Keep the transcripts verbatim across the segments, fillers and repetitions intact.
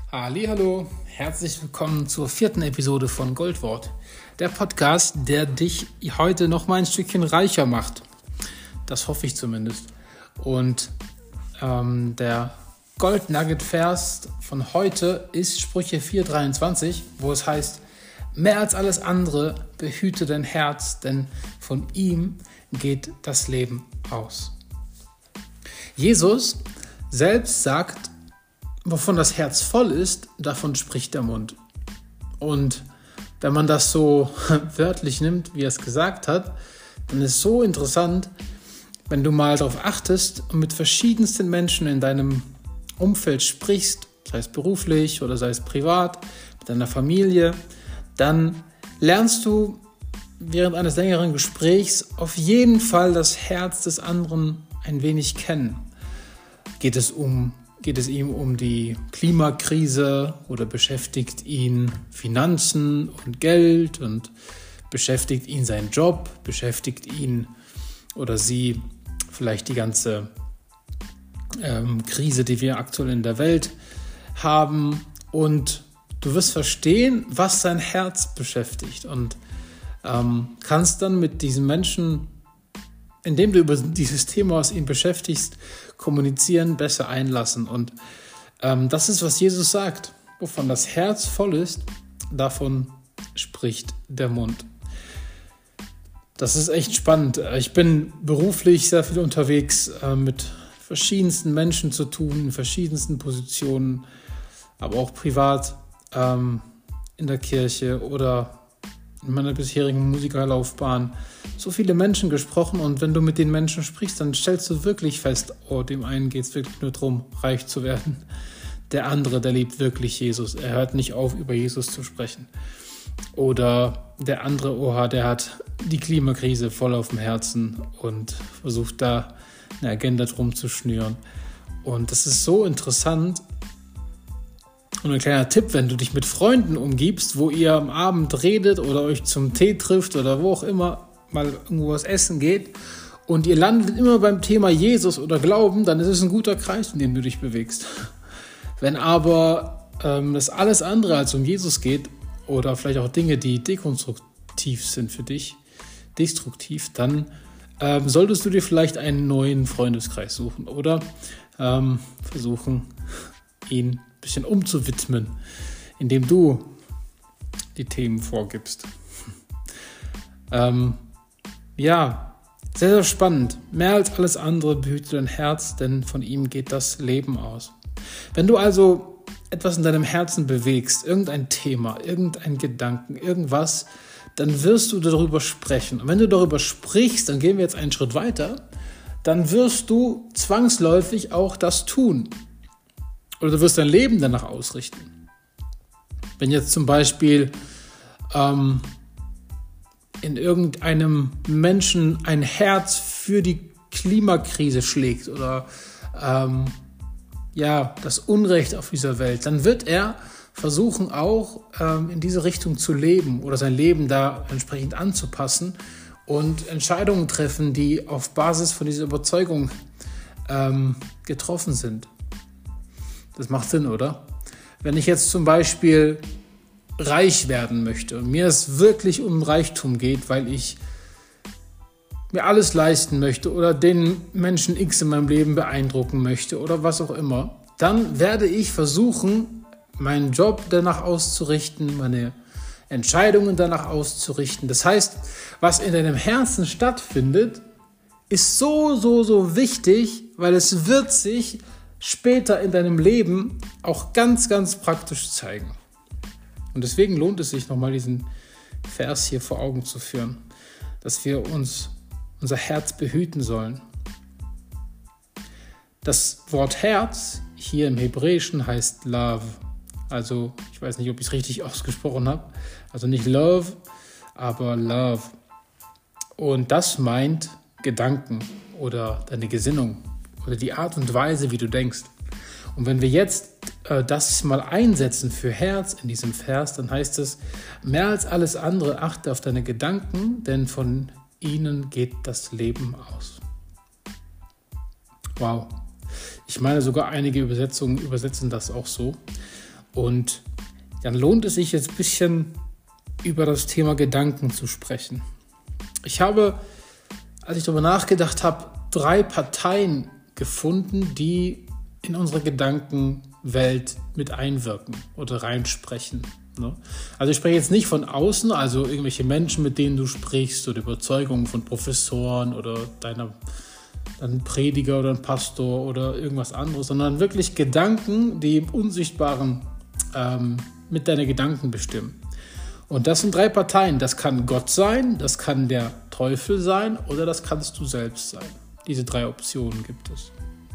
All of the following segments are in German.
Hallihallo, herzlich willkommen zur vierten Episode von Goldwort, der Podcast, der dich heute noch mal ein Stückchen reicher macht. Das hoffe ich zumindest. Und ähm, der Gold-Nugget-Vers von heute ist Sprüche vier dreiundzwanzig, wo es heißt: Mehr als alles andere behüte dein Herz, denn von ihm geht das Leben aus. Jesus selbst sagt, wovon das Herz voll ist, davon spricht der Mund. Und wenn man das so wörtlich nimmt, wie er es gesagt hat, dann ist es so interessant, wenn du mal darauf achtest und mit verschiedensten Menschen in deinem Umfeld sprichst, sei es beruflich oder sei es privat, mit deiner Familie, dann lernst du während eines längeren Gesprächs auf jeden Fall das Herz des anderen ein wenig kennen. Geht es um Geht es ihm um die Klimakrise oder beschäftigt ihn Finanzen und Geld und beschäftigt ihn sein Job, beschäftigt ihn oder sie vielleicht die ganze ähm, Krise, die wir aktuell in der Welt haben, und du wirst verstehen, was sein Herz beschäftigt und ähm, kannst dann mit diesen Menschen, indem du über dieses Thema, was ihn beschäftigst, kommunizieren, besser einlassen. Und ähm, das ist, was Jesus sagt. Wovon das Herz voll ist, davon spricht der Mund. Das ist echt spannend. Ich bin beruflich sehr viel unterwegs, äh, mit verschiedensten Menschen zu tun, in verschiedensten Positionen, aber auch privat, ähm, in der Kirche oder in meiner bisherigen Musikerlaufbahn so viele Menschen gesprochen, und wenn du mit den Menschen sprichst, dann stellst du wirklich fest, oh, dem einen geht es wirklich nur darum, reich zu werden. Der andere, der liebt wirklich Jesus. Er hört nicht auf, über Jesus zu sprechen. Oder der andere, oha, der hat die Klimakrise voll auf dem Herzen und versucht da eine Agenda drum zu schnüren. Und das ist so interessant. Und ein kleiner Tipp, wenn du dich mit Freunden umgibst, wo ihr am Abend redet oder euch zum Tee trifft oder wo auch immer, mal irgendwo was essen geht und ihr landet immer beim Thema Jesus oder Glauben, dann ist es ein guter Kreis, in dem du dich bewegst. Wenn aber ähm, das alles andere als um Jesus geht oder vielleicht auch Dinge, die dekonstruktiv sind für dich, destruktiv, dann ähm, solltest du dir vielleicht einen neuen Freundeskreis suchen oder ähm, versuchen, ihn ein bisschen umzuwidmen, indem du die Themen vorgibst. ähm, ja, sehr, sehr spannend. Mehr als alles andere behüte dein Herz, denn von ihm geht das Leben aus. Wenn du also etwas in deinem Herzen bewegst, irgendein Thema, irgendein Gedanken, irgendwas, dann wirst du darüber sprechen. Und wenn du darüber sprichst, dann gehen wir jetzt einen Schritt weiter, dann wirst du zwangsläufig auch das tun. Oder du wirst dein Leben danach ausrichten. Wenn jetzt zum Beispiel ähm, in irgendeinem Menschen ein Herz für die Klimakrise schlägt oder ähm, ja, das Unrecht auf dieser Welt, dann wird er versuchen, auch ähm, in diese Richtung zu leben oder sein Leben da entsprechend anzupassen und Entscheidungen treffen, die auf Basis von dieser Überzeugung ähm, getroffen sind. Das macht Sinn, oder? Wenn ich jetzt zum Beispiel reich werden möchte und mir es wirklich um Reichtum geht, weil ich mir alles leisten möchte oder den Menschen X in meinem Leben beeindrucken möchte oder was auch immer, dann werde ich versuchen, meinen Job danach auszurichten, meine Entscheidungen danach auszurichten. Das heißt, was in deinem Herzen stattfindet, ist so, so, so wichtig, weil es wird sich später in deinem Leben auch ganz, ganz praktisch zeigen. Und deswegen lohnt es sich nochmal, diesen Vers hier vor Augen zu führen, dass wir uns unser Herz behüten sollen. Das Wort Herz hier im Hebräischen heißt Love. Also, ich weiß nicht, ob ich es richtig ausgesprochen habe. Also nicht Love, aber Love. Und das meint Gedanken oder deine Gesinnung oder die Art und Weise, wie du denkst. Und wenn wir jetzt äh, das mal einsetzen für Herz in diesem Vers, dann heißt es: Mehr als alles andere achte auf deine Gedanken, denn von ihnen geht das Leben aus. Wow. Ich meine, sogar einige Übersetzungen übersetzen das auch so. Und dann lohnt es sich jetzt ein bisschen über das Thema Gedanken zu sprechen. Ich habe, als ich darüber nachgedacht habe, drei Parteien gefunden, die in unsere Gedankenwelt mit einwirken oder reinsprechen. Ne? Also ich spreche jetzt nicht von außen, also irgendwelche Menschen, mit denen du sprichst oder Überzeugungen von Professoren oder deiner, deinem Prediger oder einem Pastor oder irgendwas anderes, sondern wirklich Gedanken, die im Unsichtbaren ähm, mit deinen Gedanken bestimmen. Und das sind drei Parteien. Das kann Gott sein, das kann der Teufel sein oder das kannst du selbst sein. Diese drei Optionen gibt es.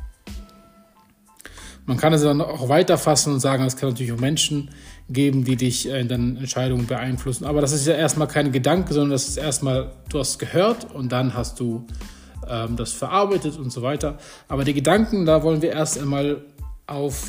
Man kann es dann auch weiterfassen und sagen, es kann natürlich auch Menschen geben, die dich in deinen Entscheidungen beeinflussen. Aber das ist ja erstmal kein Gedanke, sondern das ist erstmal, du hast gehört und dann hast du ähm, das verarbeitet und so weiter. Aber die Gedanken, da wollen wir erst einmal auf,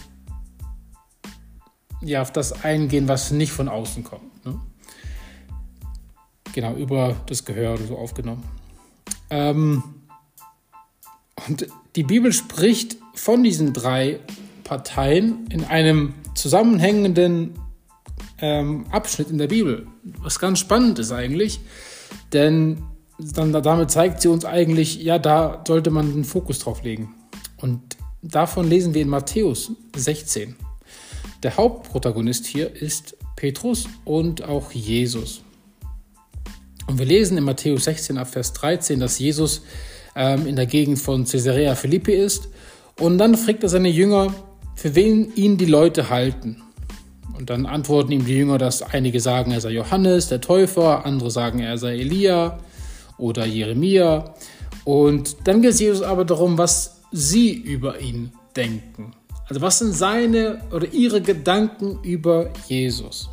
ja, auf das eingehen, was nicht von außen kommt. Ne? Genau, über das Gehör oder so aufgenommen. Ähm, und die Bibel spricht von diesen drei Parteien in einem zusammenhängenden ähm, Abschnitt in der Bibel, was ganz spannend ist eigentlich, denn dann, damit zeigt sie uns eigentlich, ja, da sollte man den Fokus drauf legen. Und davon lesen wir in Matthäus sechzehn. Der Hauptprotagonist hier ist Petrus und auch Jesus. Und wir lesen in Matthäus sechzehn ab Vers dreizehn, dass Jesus ähm, in der Gegend von Caesarea Philippi ist. Und dann fragt er seine Jünger, für wen ihn die Leute halten. Und dann antworten ihm die Jünger, dass einige sagen, er sei Johannes, der Täufer, andere sagen, er sei Elia oder Jeremia. Und dann geht es Jesus aber darum, was sie über ihn denken. Also was sind seine oder ihre Gedanken über Jesus?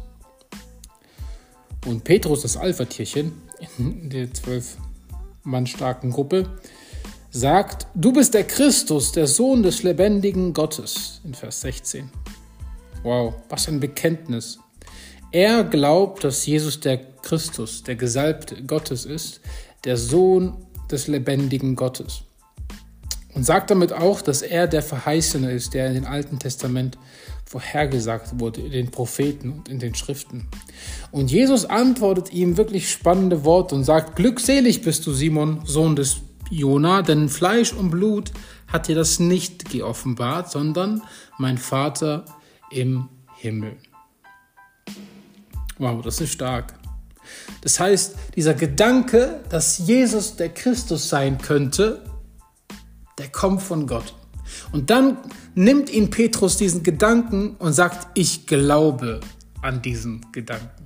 Und Petrus, das Alpha-Tierchen in der zwölf Mann starken Gruppe, sagt, du bist der Christus, der Sohn des lebendigen Gottes, in Vers sechzehn. Wow, was ein Bekenntnis. Er glaubt, dass Jesus der Christus, der Gesalbte Gottes ist, der Sohn des lebendigen Gottes. Und sagt damit auch, dass er der Verheißene ist, der in dem Alten Testament vorhergesagt wurde, in den Propheten und in den Schriften. Und Jesus antwortet ihm wirklich spannende Worte und sagt, glückselig bist du, Simon, Sohn des Jona, denn Fleisch und Blut hat dir das nicht geoffenbart, sondern mein Vater im Himmel. Wow, das ist stark. Das heißt, dieser Gedanke, dass Jesus der Christus sein könnte, der kommt von Gott. Und dann nimmt ihn Petrus diesen Gedanken und sagt, ich glaube an diesen Gedanken.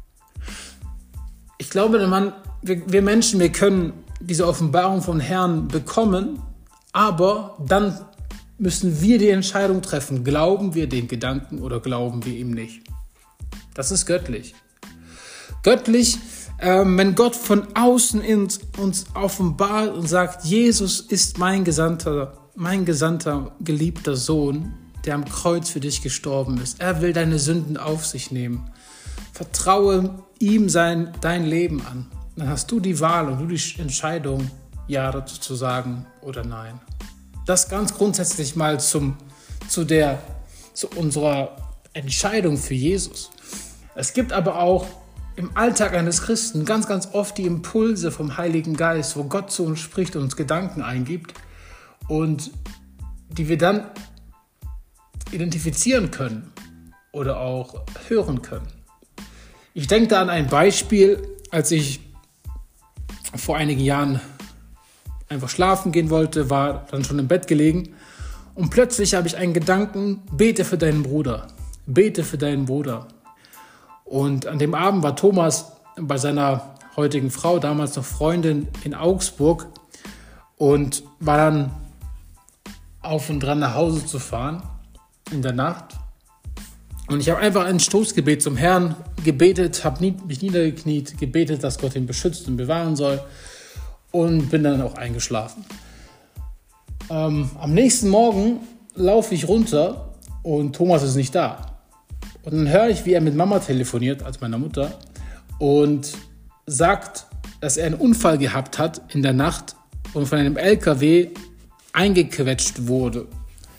Ich glaube, man, wir, wir Menschen, wir können diese Offenbarung vom Herrn bekommen, aber dann müssen wir die Entscheidung treffen, glauben wir den Gedanken oder glauben wir ihm nicht. Das ist göttlich. Göttlich, äh, wenn Gott von außen ins, uns offenbart und sagt, Jesus ist mein Gesandter, mein gesandter, geliebter Sohn, der am Kreuz für dich gestorben ist. Er will deine Sünden auf sich nehmen. Vertraue ihm sein, dein Leben an. Dann hast du die Wahl und du die Entscheidung, ja dazu zu sagen oder nein. Das ganz grundsätzlich mal zum, zu, der, zu unserer Entscheidung für Jesus. Es gibt aber auch im Alltag eines Christen ganz, ganz oft die Impulse vom Heiligen Geist, wo Gott zu uns spricht und uns Gedanken eingibt und die wir dann identifizieren können oder auch hören können. Ich denke da an ein Beispiel, als ich vor einigen Jahren einfach schlafen gehen wollte, war dann schon im Bett gelegen und plötzlich habe ich einen Gedanken, bete für deinen Bruder, bete für deinen Bruder. Und an dem Abend war Thomas bei seiner heutigen Frau, damals noch Freundin, in Augsburg und war dann auf und dran nach Hause zu fahren in der Nacht. Und ich habe einfach ein Stoßgebet zum Herrn gebetet, habe mich niedergekniet, gebetet, dass Gott ihn beschützt und bewahren soll und bin dann auch eingeschlafen. Ähm, am nächsten Morgen laufe ich runter und Thomas ist nicht da. Und dann höre ich, wie er mit Mama telefoniert, also meiner Mutter, und sagt, dass er einen Unfall gehabt hat in der Nacht und von einem L K W eingequetscht wurde.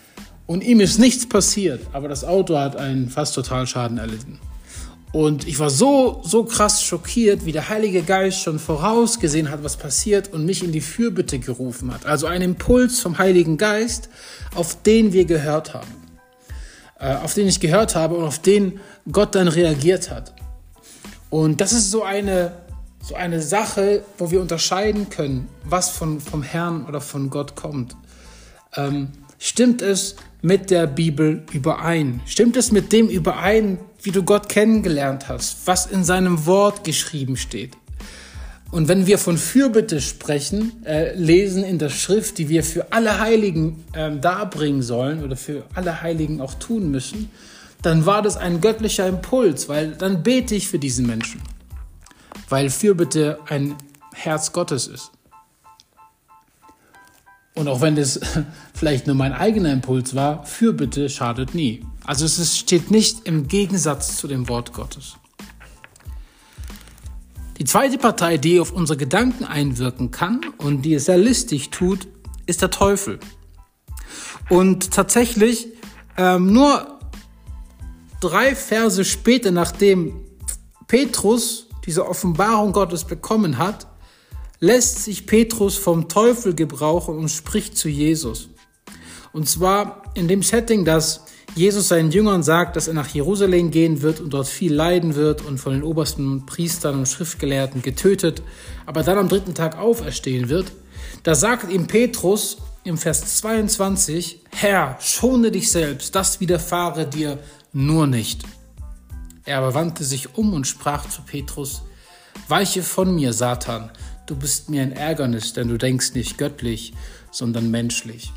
Und ihm ist nichts passiert, aber das Auto hat einen fast Totalschaden erlitten. Und ich war so, so krass schockiert, wie der Heilige Geist schon vorausgesehen hat, was passiert und mich in die Fürbitte gerufen hat. Also ein Impuls vom Heiligen Geist, auf den wir gehört haben. Äh, auf den ich gehört habe und auf den Gott dann reagiert hat. Und das ist so eine, so eine Sache, wo wir unterscheiden können, was von, vom Herrn oder von Gott kommt. Ähm, stimmt es mit der Bibel überein? Stimmt es mit dem überein, wie du Gott kennengelernt hast, was in seinem Wort geschrieben steht? Und wenn wir von Fürbitte sprechen, äh, lesen in der Schrift, die wir für alle Heiligen äh, darbringen sollen oder für alle Heiligen auch tun müssen, dann war das ein göttlicher Impuls, weil dann bete ich für diesen Menschen, weil Fürbitte ein Herz Gottes ist. Und auch wenn das vielleicht nur mein eigener Impuls war, Fürbitte schadet nie. Also es ist, steht nicht im Gegensatz zu dem Wort Gottes. Die zweite Partei, die auf unsere Gedanken einwirken kann und die es sehr listig tut, ist der Teufel. Und tatsächlich ähm, nur drei Verse später, nachdem Petrus diese Offenbarung Gottes bekommen hat, lässt sich Petrus vom Teufel gebrauchen und spricht zu Jesus. Und zwar in dem Setting, dass Jesus seinen Jüngern sagt, dass er nach Jerusalem gehen wird und dort viel leiden wird und von den obersten Priestern und Schriftgelehrten getötet, aber dann am dritten Tag auferstehen wird. Da sagt ihm Petrus im Vers zweiundzwanzig, Herr, schone dich selbst, das widerfahre dir nur nicht. Er aber wandte sich um und sprach zu Petrus, weiche von mir, Satan, du bist mir ein Ärgernis, denn du denkst nicht göttlich, sondern menschlich.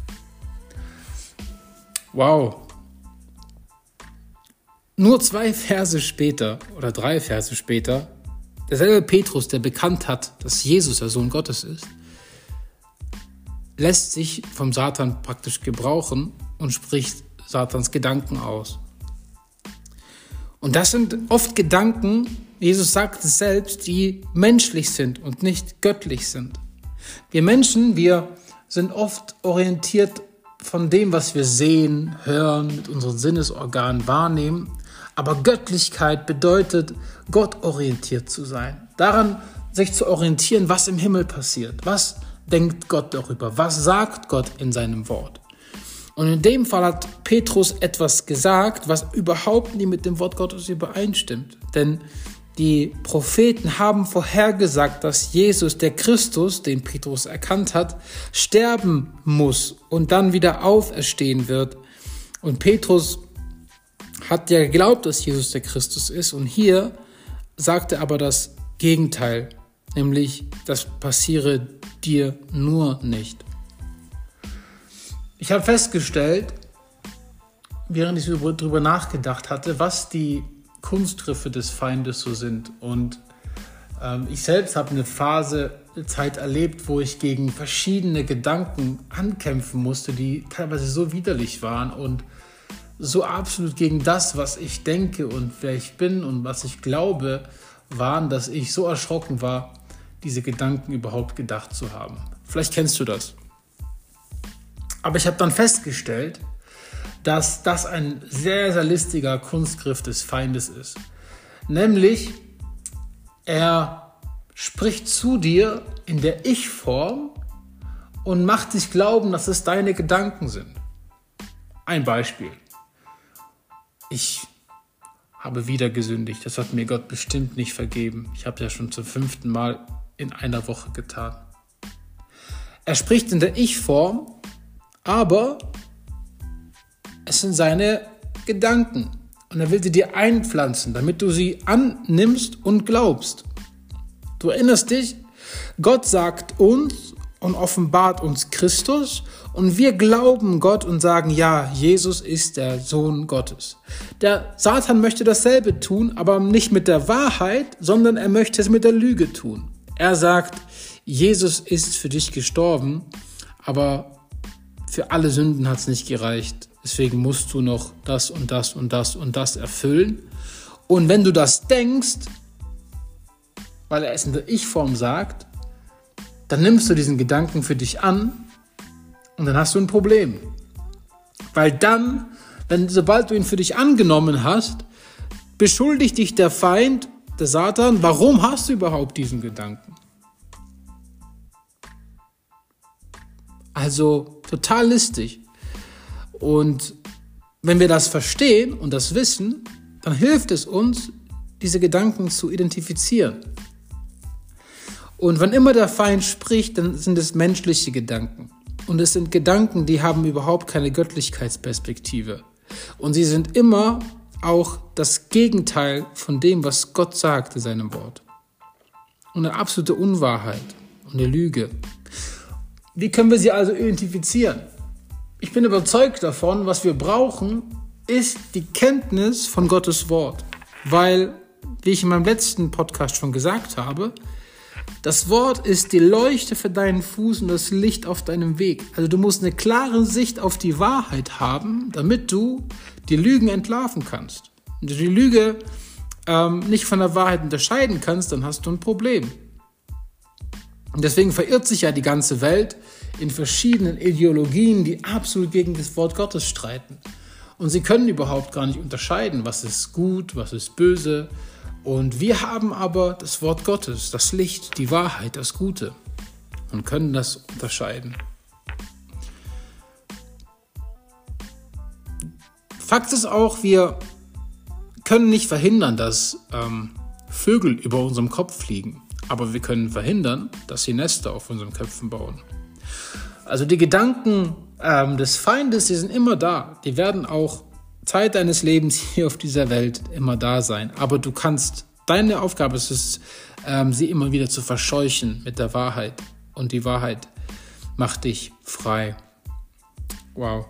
Wow. Nur zwei Verse später oder drei Verse später, derselbe Petrus, der bekannt hat, dass Jesus der Sohn Gottes ist, lässt sich vom Satan praktisch gebrauchen und spricht Satans Gedanken aus. Und das sind oft Gedanken, Jesus sagt es selbst, die menschlich sind und nicht göttlich sind. Wir Menschen, wir sind oft orientiert von dem, was wir sehen, hören, mit unseren Sinnesorganen wahrnehmen. Aber Göttlichkeit bedeutet, gottorientiert zu sein. Daran sich zu orientieren, was im Himmel passiert. Was denkt Gott darüber? Was sagt Gott in seinem Wort? Und in dem Fall hat Petrus etwas gesagt, was überhaupt nie mit dem Wort Gottes übereinstimmt. Denn die Propheten haben vorhergesagt, dass Jesus, der Christus, den Petrus erkannt hat, sterben muss und dann wieder auferstehen wird. Und Petrus hat ja geglaubt, dass Jesus der Christus ist. Und hier sagt er aber das Gegenteil, nämlich, das passiere dir nur nicht. Ich habe festgestellt, während ich darüber nachgedacht hatte, was die Kunstgriffe des Feindes so sind. Und ähm, ich selbst habe eine Phase, eine Zeit erlebt, wo ich gegen verschiedene Gedanken ankämpfen musste, die teilweise so widerlich waren und so absolut gegen das, was ich denke und wer ich bin und was ich glaube, waren, dass ich so erschrocken war, diese Gedanken überhaupt gedacht zu haben. Vielleicht kennst du das. Aber ich habe dann festgestellt, dass das ein sehr, sehr listiger Kunstgriff des Feindes ist. Nämlich, er spricht zu dir in der Ich-Form und macht dich glauben, dass es deine Gedanken sind. Ein Beispiel. Ich habe wieder gesündigt. Das hat mir Gott bestimmt nicht vergeben. Ich habe es ja schon zum fünften Mal in einer Woche getan. Er spricht in der Ich-Form, aber es sind seine Gedanken. Und er will sie dir einpflanzen, damit du sie annimmst und glaubst. Du erinnerst dich, Gott sagt uns und offenbart uns Christus und wir glauben Gott und sagen, ja, Jesus ist der Sohn Gottes. Der Satan möchte dasselbe tun, aber nicht mit der Wahrheit, sondern er möchte es mit der Lüge tun. Er sagt, Jesus ist für dich gestorben, aber für alle Sünden hat es nicht gereicht. Deswegen musst du noch das und das und das und das erfüllen. Und wenn du das denkst, weil er es in der Ich-Form sagt, dann nimmst du diesen Gedanken für dich an und dann hast du ein Problem. Weil dann, wenn, sobald du ihn für dich angenommen hast, beschuldigt dich der Feind, der Satan, warum hast du überhaupt diesen Gedanken? Also total listig. Und wenn wir das verstehen und das wissen, dann hilft es uns, diese Gedanken zu identifizieren. Und wenn immer der Feind spricht, dann sind es menschliche Gedanken. Und es sind Gedanken, die haben überhaupt keine Göttlichkeitsperspektive. Und sie sind immer auch das Gegenteil von dem, was Gott sagt in seinem Wort. Und eine absolute Unwahrheit und eine Lüge. Wie können wir sie also identifizieren? Ich bin überzeugt davon, was wir brauchen, ist die Kenntnis von Gottes Wort. Weil, wie ich in meinem letzten Podcast schon gesagt habe, das Wort ist die Leuchte für deinen Fuß und das Licht auf deinem Weg. Also du musst eine klare Sicht auf die Wahrheit haben, damit du die Lügen entlarven kannst. Wenn du die Lüge ähm, nicht von der Wahrheit unterscheiden kannst, dann hast du ein Problem. Und deswegen verirrt sich ja die ganze Welt in verschiedenen Ideologien, die absolut gegen das Wort Gottes streiten. Und sie können überhaupt gar nicht unterscheiden, was ist gut, was ist böse. Und wir haben aber das Wort Gottes, das Licht, die Wahrheit, das Gute und können das unterscheiden. Fakt ist auch, wir können nicht verhindern, dass ähm, Vögel über unserem Kopf fliegen. Aber wir können verhindern, dass sie Nester auf unseren Köpfen bauen. Also die Gedanken ähm, des Feindes, die sind immer da. Die werden auch Zeit deines Lebens hier auf dieser Welt immer da sein. Aber du kannst, deine Aufgabe ist es, ähm, sie immer wieder zu verscheuchen mit der Wahrheit. Und die Wahrheit macht dich frei. Wow.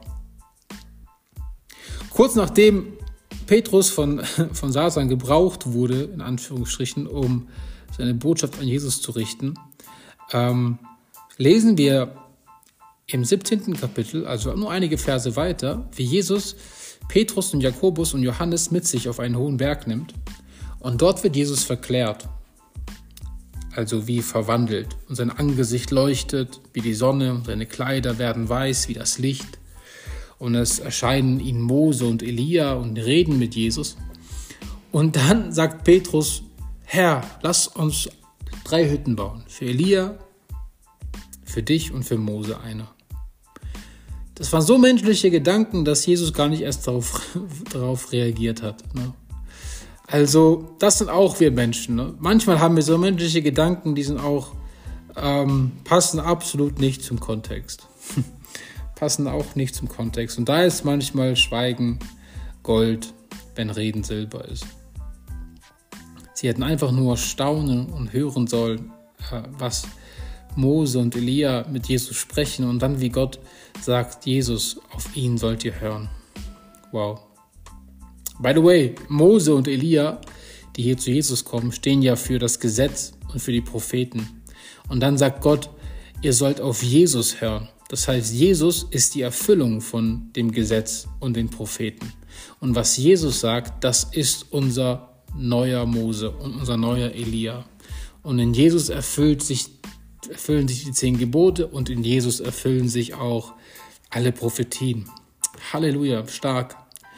Kurz nachdem Petrus von, von Satan gebraucht wurde, in Anführungsstrichen, um seine Botschaft an Jesus zu richten, ähm, lesen wir im siebzehnten Kapitel, also nur einige Verse weiter, wie Jesus Petrus und Jakobus und Johannes mit sich auf einen hohen Berg nimmt. Und dort wird Jesus verklärt, also wie verwandelt. Und sein Angesicht leuchtet wie die Sonne, seine Kleider werden weiß wie das Licht. Und es erscheinen ihnen Mose und Elia und reden mit Jesus. Und dann sagt Petrus: Herr, lass uns drei Hütten bauen. Für Elia, für dich und für Mose eine. Das waren so menschliche Gedanken, dass Jesus gar nicht erst darauf, darauf reagiert hat. Ne? Also das sind auch wir Menschen. Ne? Manchmal haben wir so menschliche Gedanken, die sind auch, ähm, passen absolut nicht zum Kontext. passen auch nicht zum Kontext. Und da ist manchmal Schweigen Gold, wenn Reden Silber ist. Sie hätten einfach nur staunen und hören sollen, was Mose und Elia mit Jesus sprechen und dann wie Gott sagt, Jesus, auf ihn sollt ihr hören. Wow. By the way, Mose und Elia, die hier zu Jesus kommen, stehen ja für das Gesetz und für die Propheten. Und dann sagt Gott, ihr sollt auf Jesus hören. Das heißt, Jesus ist die Erfüllung von dem Gesetz und den Propheten. Und was Jesus sagt, das ist unser neuer Mose und unser neuer Elia. Und in Jesus erfüllt sich, erfüllen sich die zehn Gebote und in Jesus erfüllen sich auch alle Prophetien. Halleluja, stark.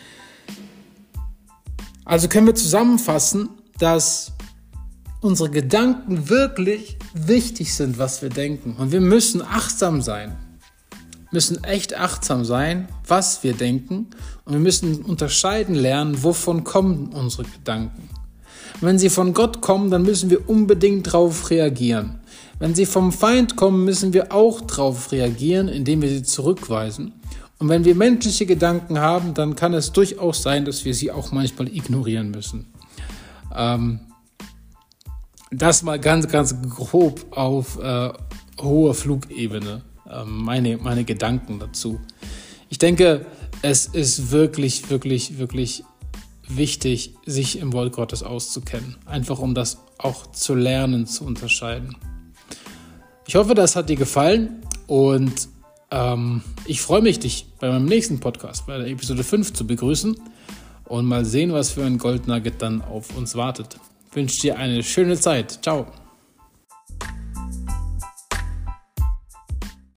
Also können wir zusammenfassen, dass unsere Gedanken wirklich wichtig sind, was wir denken. Und wir müssen achtsam sein. Wir müssen echt achtsam sein, was wir denken. Und wir müssen unterscheiden lernen, wovon kommen unsere Gedanken. Wenn sie von Gott kommen, dann müssen wir unbedingt darauf reagieren. Wenn sie vom Feind kommen, müssen wir auch darauf reagieren, indem wir sie zurückweisen. Und wenn wir menschliche Gedanken haben, dann kann es durchaus sein, dass wir sie auch manchmal ignorieren müssen. Ähm, das mal ganz, ganz grob auf äh, hoher Flugebene. Äh, meine, meine Gedanken dazu. Ich denke, es ist wirklich, wirklich, wirklich wichtig, sich im Wort Gottes auszukennen. Einfach um das auch zu lernen, zu unterscheiden. Ich hoffe, das hat dir gefallen und ähm, ich freue mich, dich bei meinem nächsten Podcast, bei der Episode fünf zu begrüßen und mal sehen, was für ein Goldnugget dann auf uns wartet. Ich wünsche dir eine schöne Zeit. Ciao.